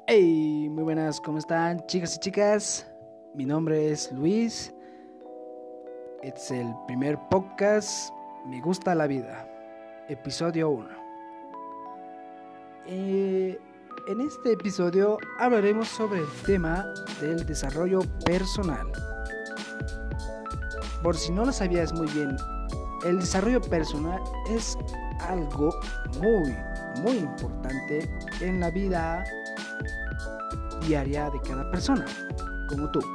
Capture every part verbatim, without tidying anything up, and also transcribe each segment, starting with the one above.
Hey, muy buenas, ¿cómo están, chicas y chicas? Mi nombre es Luis. Es el primer podcast Me gusta la vida, episodio uno. Eh, en este episodio hablaremos sobre el tema del desarrollo personal. Por si no lo sabías muy bien, el desarrollo personal es algo muy, muy importante en la vida diaria de cada persona, como tú.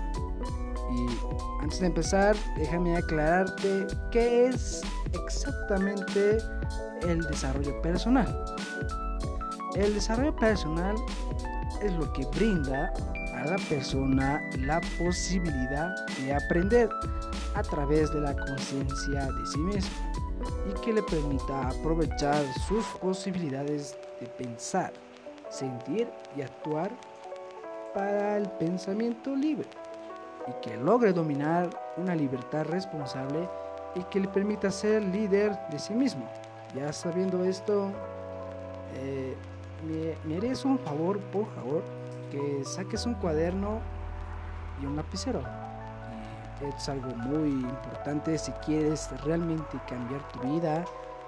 Y antes de empezar, déjame aclararte qué es exactamente el desarrollo personal. El desarrollo personal es lo que brinda a la persona la posibilidad de aprender a través de la conciencia de sí mismo y que le permita aprovechar sus posibilidades de pensar, sentir y actuar para el pensamiento libre, y que logre dominar una libertad responsable y que le permita ser líder de sí mismo. Ya sabiendo esto, eh, me, me harías un favor, por favor, que saques un cuaderno y un lapicero. Y es algo muy importante si quieres realmente cambiar tu vida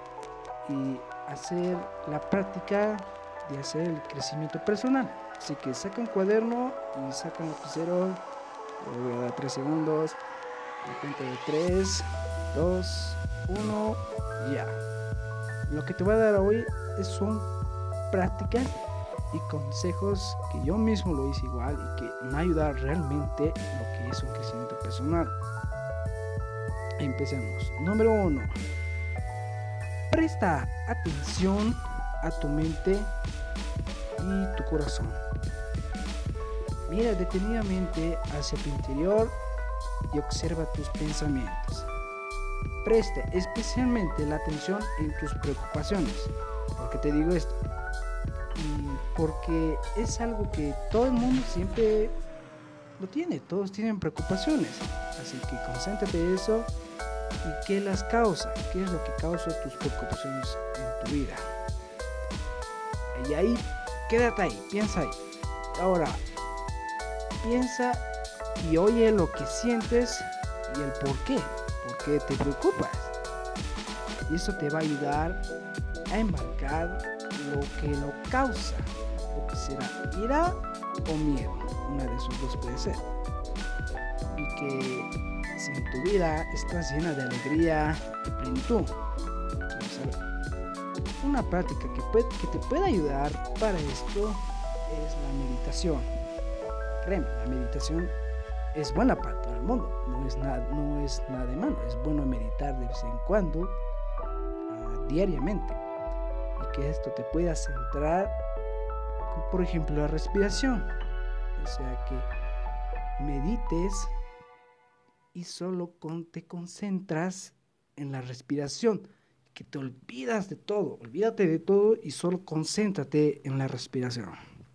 y hacer la práctica de hacer el crecimiento personal. Así que saca un cuaderno y saca un lapicero. Le voy a dar tres segundos. La cuenta de tres, dos, uno, ya. Lo que te voy a dar hoy son prácticas y consejos que yo mismo lo hice igual y que me ayuda realmente lo que es un crecimiento personal. Empecemos. Número uno. Presta atención a tu mente y tu corazón. Mira detenidamente hacia tu interior y observa tus pensamientos. Presta especialmente la atención en tus preocupaciones. ¿Por qué te digo esto? Porque es algo que todo el mundo siempre lo tiene, todos tienen preocupaciones. Así que concéntrate en eso y qué las causa, qué es lo que causa tus preocupaciones en tu vida. Y ahí, quédate ahí, piensa ahí. Ahora, piensa y oye lo que sientes y el por qué, por qué te preocupas. Y eso te va a ayudar a embarcar lo que lo causa, o que será ira o miedo, una de esos dos puede ser. Y que si en tu vida estás llena de alegría y plenitud, una práctica que, puede, que te puede ayudar para esto es la meditación. Créeme, la meditación es buena para todo el mundo, no es nada, no es nada de malo, es bueno meditar de vez en cuando, uh, diariamente, y que esto te pueda centrar, como por ejemplo la respiración, o sea que medites y solo con, te concentras en la respiración, que te olvidas de todo, olvídate de todo y solo concéntrate en la respiración.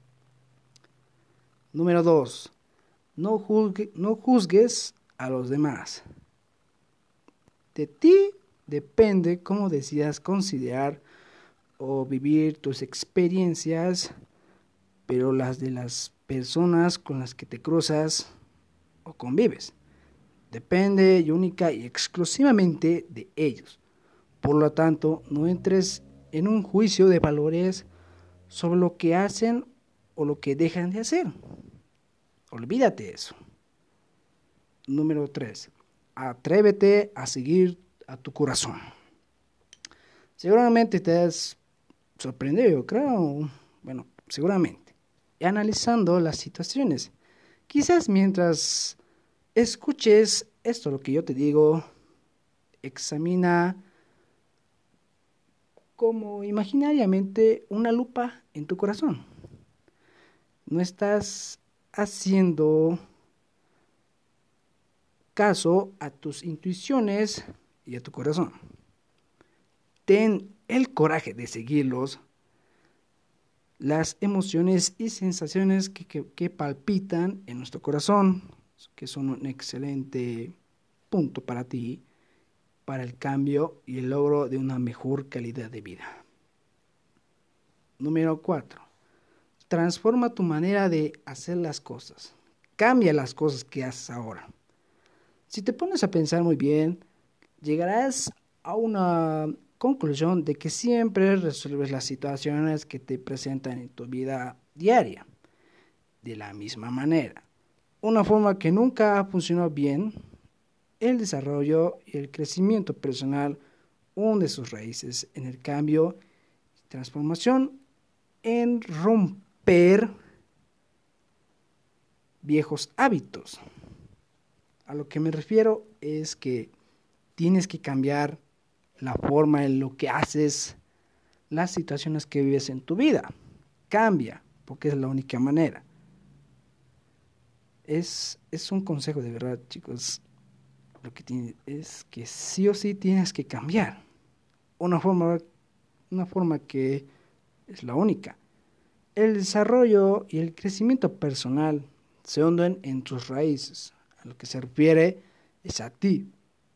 Número dos. No, juzgue, no juzgues a los demás. De ti depende cómo decidas considerar o vivir tus experiencias, pero las de las personas con las que te cruzas o convives. Depende y única y exclusivamente de ellos. Por lo tanto, no entres en un juicio de valores sobre lo que hacen o lo que dejan de hacer. Olvídate de eso. Número tres. Atrévete a seguir a tu corazón. Seguramente te has sorprendido, creo. Bueno, seguramente. Y analizando las situaciones. Quizás mientras escuches esto, lo que yo te digo, examina como imaginariamente una lupa en tu corazón. No estás haciendo caso a tus intuiciones y a tu corazón. Ten el coraje de seguirlos, las emociones y sensaciones que, que, que palpitan en nuestro corazón, que son un excelente punto para ti, para el cambio y el logro de una mejor calidad de vida. Número cuatro. transforma tu manera de hacer las cosas. Cambia las cosas que haces ahora. Si te pones a pensar muy bien, llegarás a una conclusión de que siempre resuelves las situaciones que te presentan en tu vida diaria de la misma manera. Una forma que nunca ha funcionado bien, el desarrollo y el crecimiento personal hunde sus raíces en el cambio y transformación, en romper viejos hábitos. A lo que me refiero es que tienes que cambiar la forma en lo que haces, las situaciones que vives en tu vida. Cambia, porque es la única manera. Es, es un consejo de verdad, chicos. Lo que tiene, es que sí o sí tienes que cambiar. Una forma, una forma que es la única. El desarrollo y el crecimiento personal se hunden en tus raíces. A lo que se refiere es a ti.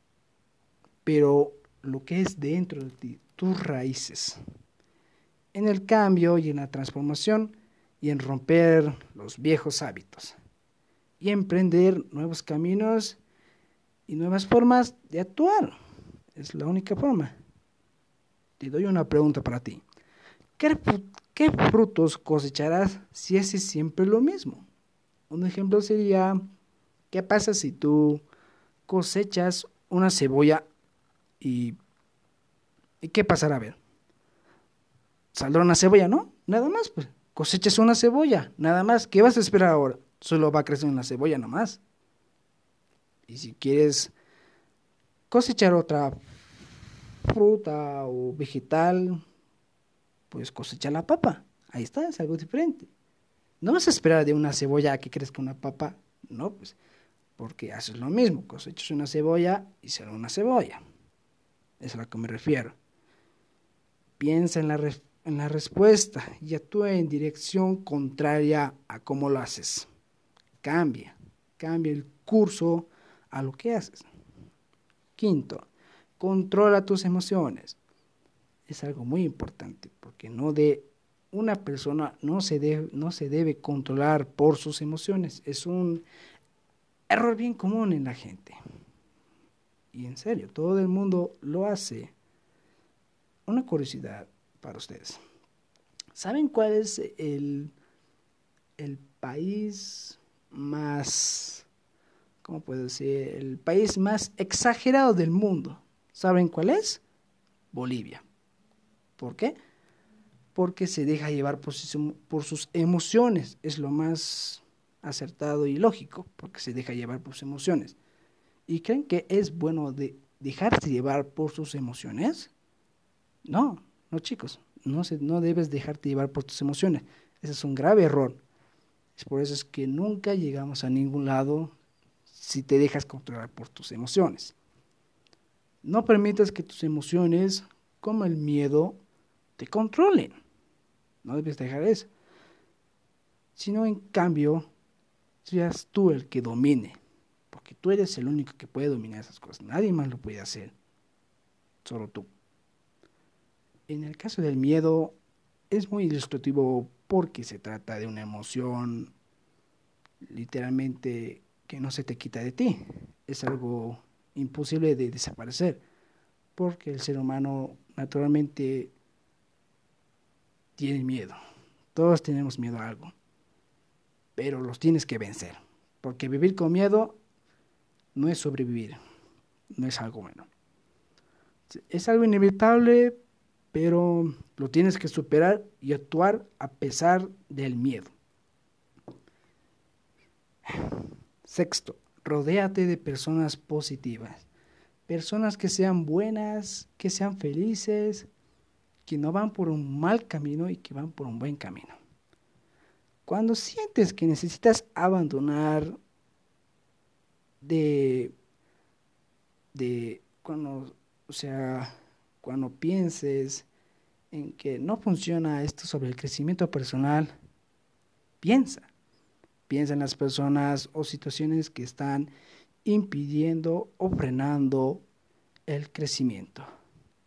Pero lo que es dentro de ti, tus raíces. En el cambio y en la transformación y en romper los viejos hábitos. Y emprender nuevos caminos y nuevas formas de actuar. Es la única forma. Te doy una pregunta para ti. ¿Qué, qué frutos cosecharás si haces siempre lo mismo? Un ejemplo sería, ¿qué pasa si tú cosechas una cebolla y, y qué pasará? A ver, saldrá una cebolla, ¿no? Nada más, pues, cosechas una cebolla, nada más. ¿Qué vas a esperar ahora? Solo va a crecer una cebolla nomás. Y si quieres cosechar otra fruta o vegetal, pues cosecha la papa. Ahí está, es algo diferente. No vas a esperar de una cebolla a que crezca una papa, no, pues, porque haces lo mismo, cosechas una cebolla y será una cebolla. Es a lo que me refiero. Piensa en la, re- en la respuesta y actúa en dirección contraria a cómo lo haces. Cambia, cambia el curso a lo que haces. Quinto, controla tus emociones. Es algo muy importante porque no de una persona no se debe, no se debe controlar por sus emociones. Es un error bien común en la gente. Y en serio, todo el mundo lo hace. Una curiosidad para ustedes. ¿Saben cuál es el, el país más, ¿cómo puedo decir? El país más exagerado del mundo? ¿Saben cuál es? Bolivia. ¿Por qué? Porque se deja llevar por sus, por sus emociones. Es lo más acertado y lógico, porque se deja llevar por sus emociones. ¿Y creen que es bueno de dejarse llevar por sus emociones? No, no chicos, no, se, no debes dejarte llevar por tus emociones. Ese es un grave error. Es por eso es que nunca llegamos a ningún lado si te dejas controlar por tus emociones. No permitas que tus emociones, como el miedo, te controlen. No debes dejar eso. Sino en cambio, seas tú el que domine. Porque tú eres el único que puede dominar esas cosas. Nadie más lo puede hacer. Solo tú. En el caso del miedo, es muy ilustrativo porque se trata de una emoción literalmente que no se te quita de ti. Es algo imposible de desaparecer. Porque el ser humano naturalmente tiene miedo. Todos tenemos miedo a algo. Pero los tienes que vencer. Porque vivir con miedo no es sobrevivir. No es algo bueno. Es algo inevitable, pero lo tienes que superar y actuar a pesar del miedo. Sexto, rodéate de personas positivas. Personas que sean buenas, que sean felices, que no van por un mal camino y que van por un buen camino. Cuando sientes que necesitas abandonar de, de cuando, o sea, cuando pienses en que no funciona esto sobre el crecimiento personal, piensa, piensa en las personas o situaciones que están impidiendo o frenando el crecimiento.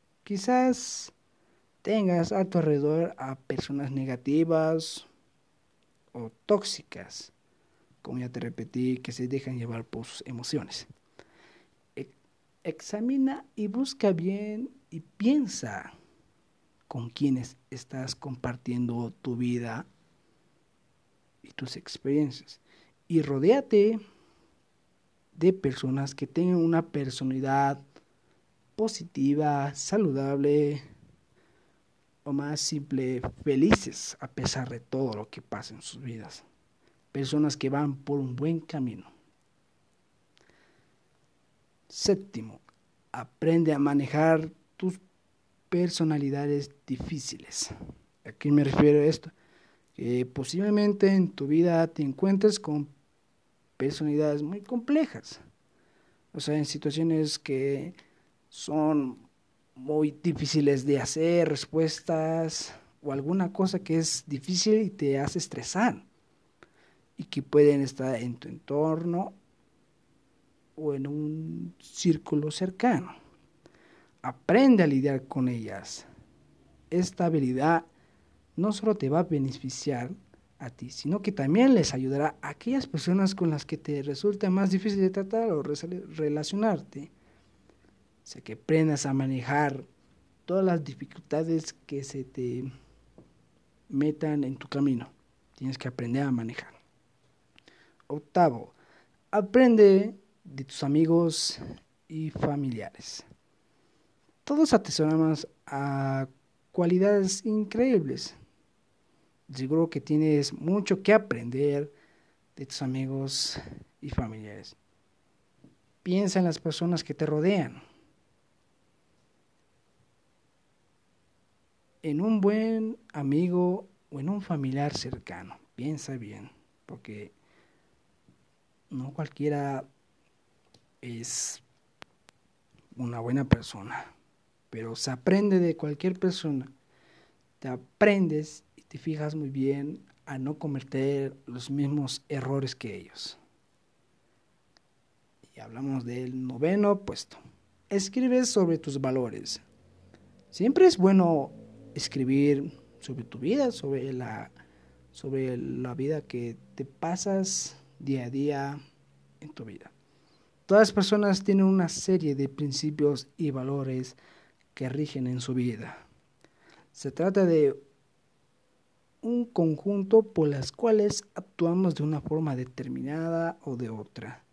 Quizás tengas a tu alrededor a personas negativas o tóxicas, como ya te repetí, que se dejan llevar por sus emociones. E- Examina y busca bien y piensa con quienes estás compartiendo tu vida y tus experiencias. Y rodéate de personas que tengan una personalidad positiva, saludable o más simple, felices a pesar de todo lo que pasa en sus vidas. Personas que van por un buen camino. Séptimo, aprende a manejar tus personalidades difíciles. ¿A qué me refiero a esto? Que posiblemente en tu vida te encuentres con personalidades muy complejas. O sea, en situaciones que son muy difíciles de hacer, respuestas o alguna cosa que es difícil y te hace estresar y que pueden estar en tu entorno o en un círculo cercano. Aprende a lidiar con ellas. Esta habilidad no solo te va a beneficiar a ti, sino que también les ayudará a aquellas personas con las que te resulta más difícil de tratar o relacionarte. O sea, que aprendas a manejar todas las dificultades que se te metan en tu camino. Tienes que aprender a manejar. Octavo, aprende de tus amigos y familiares. Todos atesoramos a cualidades increíbles. Seguro que tienes mucho que aprender de tus amigos y familiares. Piensa en las personas que te rodean. En un buen amigo o en un familiar cercano. Piensa bien, porque no cualquiera es una buena persona, pero se aprende de cualquier persona. Te aprendes y te fijas muy bien a no cometer los mismos errores que ellos. Y hablamos del noveno puesto. Escribe sobre tus valores. Siempre es bueno escribir sobre tu vida, sobre la, sobre la vida que te pasas día a día en tu vida. Todas las personas tienen una serie de principios y valores que rigen en su vida. Se trata de un conjunto por las cuales actuamos de una forma determinada o de otra.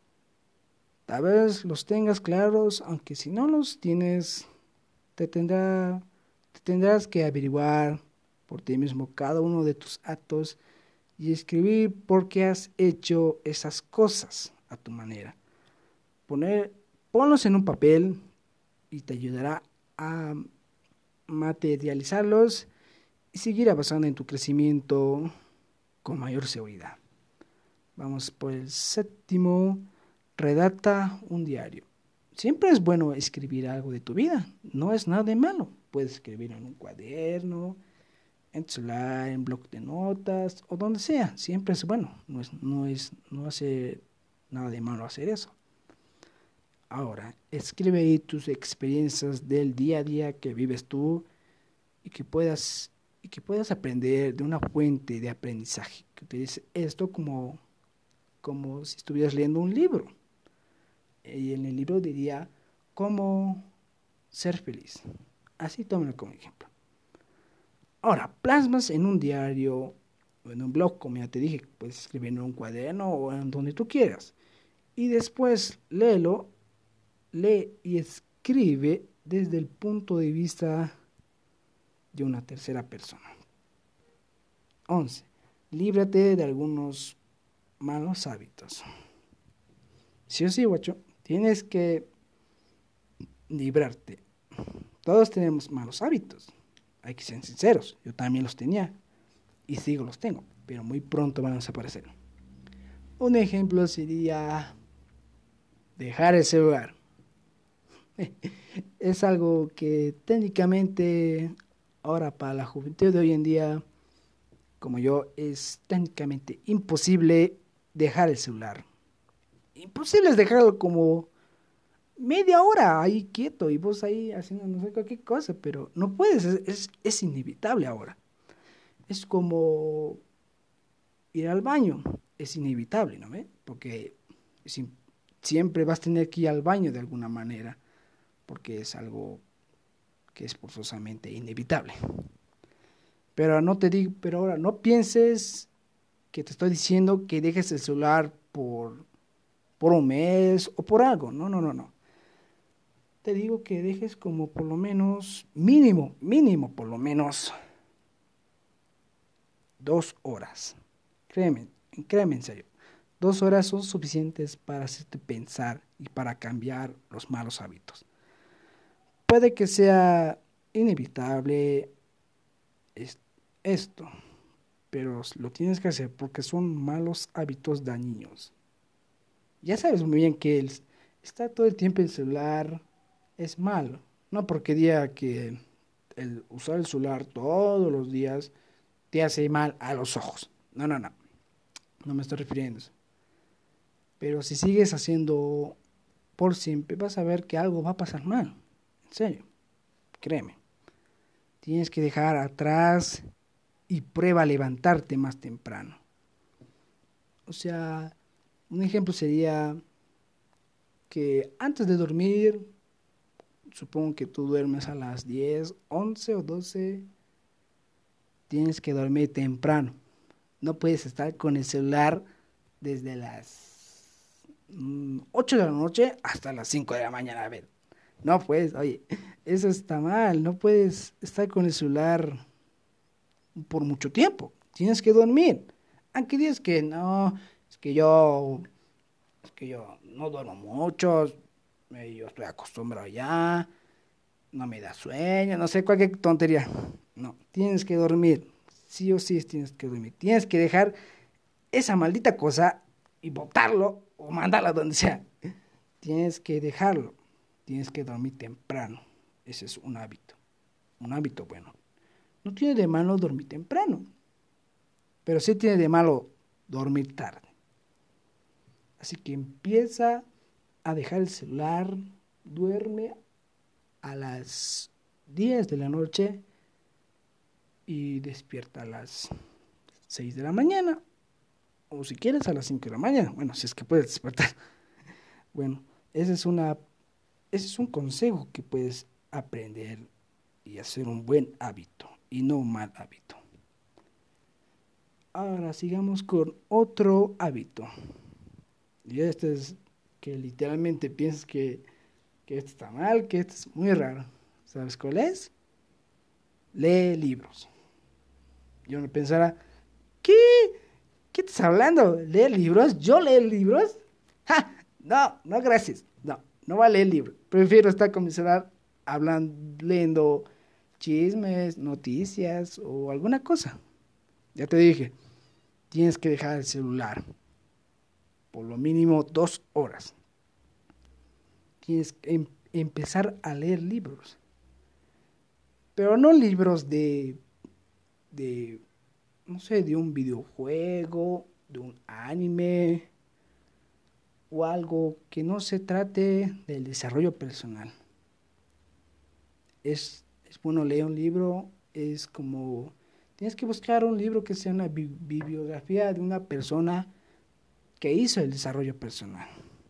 Tal vez los tengas claros, aunque si no los tienes, te, tendrá, te tendrás que averiguar por ti mismo cada uno de tus actos y escribir por qué has hecho esas cosas a tu manera. Poner, ponlos en un papel y te ayudará a materializarlos y seguir avanzando en tu crecimiento con mayor seguridad. Vamos por el séptimo. Redacta un diario. Siempre es bueno escribir algo de tu vida. No es nada de malo. Puedes escribir en un cuaderno, en tu celular, en blog de notas o donde sea. Siempre es bueno. No es, no es, no hace nada de malo hacer eso. Ahora, escribe ahí tus experiencias del día a día que vives tú y que puedas y que puedas aprender de una fuente de aprendizaje. Que utilices esto como, como si estuvieras leyendo un libro. Y en el libro diría cómo ser feliz. Así tómalo como ejemplo. Ahora, plasmas en un diario o en un blog, como ya te dije, puedes escribir en un cuaderno o en donde tú quieras. Y después léelo, lee y escribe desde el punto de vista de una tercera persona. once. Líbrate de algunos malos hábitos. Sí o sí, guacho, tienes que librarte. Todos tenemos malos hábitos. Hay que ser sinceros. Yo también los tenía y sigo los tengo, pero muy pronto van a desaparecer. Un ejemplo sería dejar el celular. Es algo que técnicamente ahora para la juventud de hoy en día, como yo, es técnicamente imposible dejar el celular. Imposible es dejarlo como media hora ahí quieto y vos ahí haciendo no sé cualquier cosa, pero no puedes, es, es, es inevitable ahora. Es como ir al baño. Es inevitable, ¿no ve? Porque si- siempre vas a tener que ir al baño de alguna manera, porque es algo que es forzosamente inevitable. Pero no te digo, pero ahora no pienses que te estoy diciendo que dejes el celular por, por un mes o por algo. No, no, no, no. Te digo que dejes como por lo menos, mínimo, mínimo por lo menos dos horas. Créeme, créeme en serio. Dos horas son suficientes para hacerte pensar y para cambiar los malos hábitos. Puede que sea inevitable es- esto, pero lo tienes que hacer porque son malos hábitos dañinos. Ya sabes muy bien que el estar todo el tiempo en el celular es malo. No porque diga que el usar el celular todos los días te hace mal a los ojos. No, no, no. No me estoy refiriendo a eso. Pero si sigues haciendo por siempre, vas a ver que algo va a pasar mal. En serio, créeme. Tienes que dejar atrás y prueba a levantarte más temprano. O sea, un ejemplo sería que antes de dormir, supongo que tú duermes a las diez, once o doce, tienes que dormir temprano. No puedes estar con el celular desde las mm, ocho de la noche hasta las cinco de la mañana. A ver, no puedes, oye, eso está mal. No puedes estar con el celular por mucho tiempo. Tienes que dormir. Aunque dices que no, es que yo, es que yo no duermo mucho, eh, yo estoy acostumbrado ya, no me da sueño, no sé, cualquier tontería. No, tienes que dormir. Sí o sí tienes que dormir. Tienes que dejar esa maldita cosa y botarlo o mandarlo a donde sea. Tienes que dejarlo. Tienes que dormir temprano. Ese es un hábito. Un hábito bueno. No tiene de malo dormir temprano, pero sí tiene de malo dormir tarde. Así que empieza a dejar el celular, duerme a las diez de la noche y despierta a las seis de la mañana. O si quieres a las cinco de la mañana. Bueno, si es que puedes despertar. Bueno, ese es una, ese es un consejo que puedes aprender y hacer un buen hábito y no un mal hábito. Ahora sigamos con otro hábito. Y este es que literalmente piensas que, que esto está mal, que esto es muy raro. ¿Sabes cuál es? Lee libros. Yo me pensara, ¿qué? ¿Qué estás hablando? ¿Leer libros? ¿Yo leer libros? ¡Ja! No, no, gracias. No, no va a leer libros. Prefiero estar con mi celular hablando, leyendo chismes, noticias o alguna cosa. Ya te dije, tienes que dejar el celular por lo mínimo dos horas. Tienes que em- empezar a leer libros. Pero no libros de, de, no sé, de un videojuego, de un anime o algo que no se trate del desarrollo personal. Es, es bueno leer un libro, es como, tienes que buscar un libro que sea una bi- bibliografía de una persona que hizo el desarrollo personal.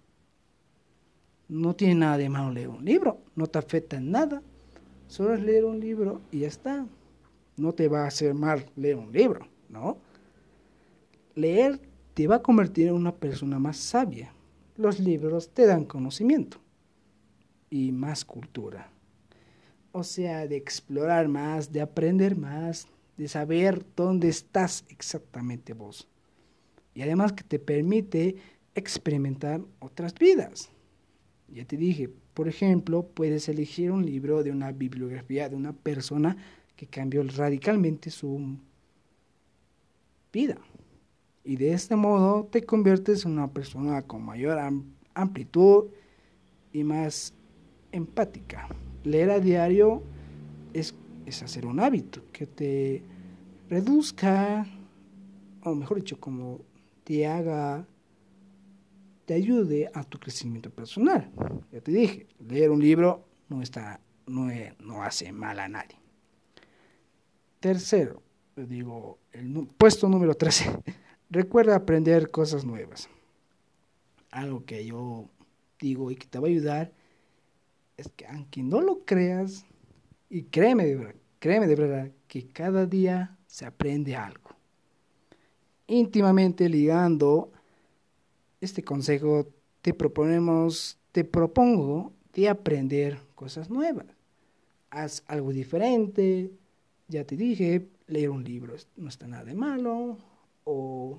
No tiene nada de malo leer un libro, no te afecta en nada, solo es leer un libro y ya está. No te va a hacer mal leer un libro, ¿no? Leer te va a convertir en una persona más sabia. Los libros te dan conocimiento y más cultura. O sea, de explorar más, de aprender más, de saber dónde estás exactamente vos. Y además que te permite experimentar otras vidas. Ya te dije, por ejemplo, puedes elegir un libro de una bibliografía de una persona que cambió radicalmente su vida. Y de este modo te conviertes en una persona con mayor am- amplitud y más empática. Leer a diario es, es hacer un hábito que te reduzca, o mejor dicho, como te haga, te ayude a tu crecimiento personal. Ya te dije, leer un libro no, está, no, es- no hace mal a nadie. Tercero, digo, el nu- puesto número trece. Recuerda aprender cosas nuevas. Algo que yo digo y que te va a ayudar es que aunque no lo creas, y créeme de verdad, créeme de verdad, que cada día se aprende algo. Íntimamente ligando este consejo, te proponemos, te propongo de aprender cosas nuevas. Haz algo diferente, ya te dije, leer un libro no está nada de malo, o,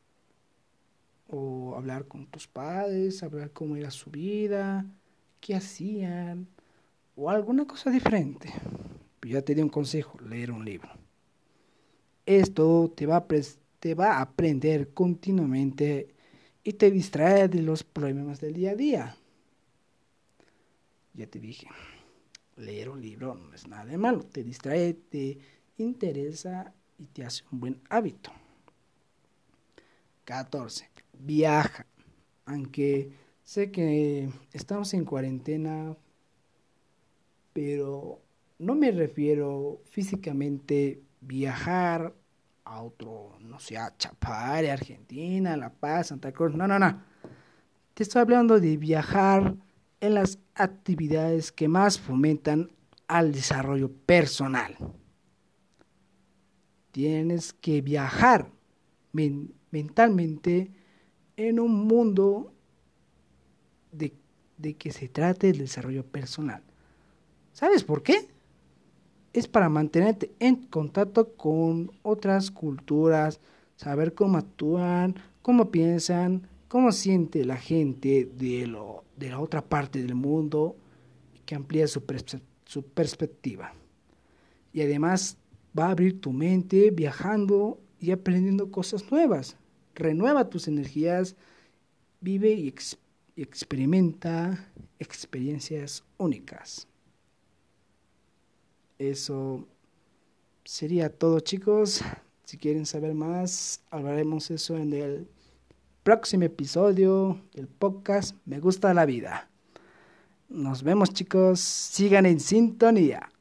o hablar con tus padres, hablar cómo era su vida, qué hacían, o alguna cosa diferente. Pero ya te di un consejo, leer un libro. Esto te va a, pres- te va a aprender continuamente y te distrae de los problemas del día a día. Ya te dije, leer un libro no es nada de malo, te distrae, te interesa y te hace un buen hábito. catorce. Viaja. Aunque sé que estamos en cuarentena, pero no me refiero físicamente viajar a otro, no sé, a Chapare, Argentina, La Paz, Santa Cruz. No, no, no. Te estoy hablando de viajar en las actividades que más fomentan al desarrollo personal. Tienes que viajar men- mentalmente en un mundo de, de que se trate del desarrollo personal. ¿Sabes por qué? Es para mantenerte en contacto con otras culturas, saber cómo actúan, cómo piensan, cómo siente la gente de, lo, de la otra parte del mundo, que amplía su, perspe- su perspectiva. Y además va a abrir tu mente viajando y aprendiendo cosas nuevas. Renueva tus energías, vive y, ex- y experimenta experiencias únicas. Eso sería todo, chicos. Si quieren saber más, hablaremos eso en el próximo episodio del podcast Me Gusta la Vida. Nos vemos, chicos. Sigan en sintonía.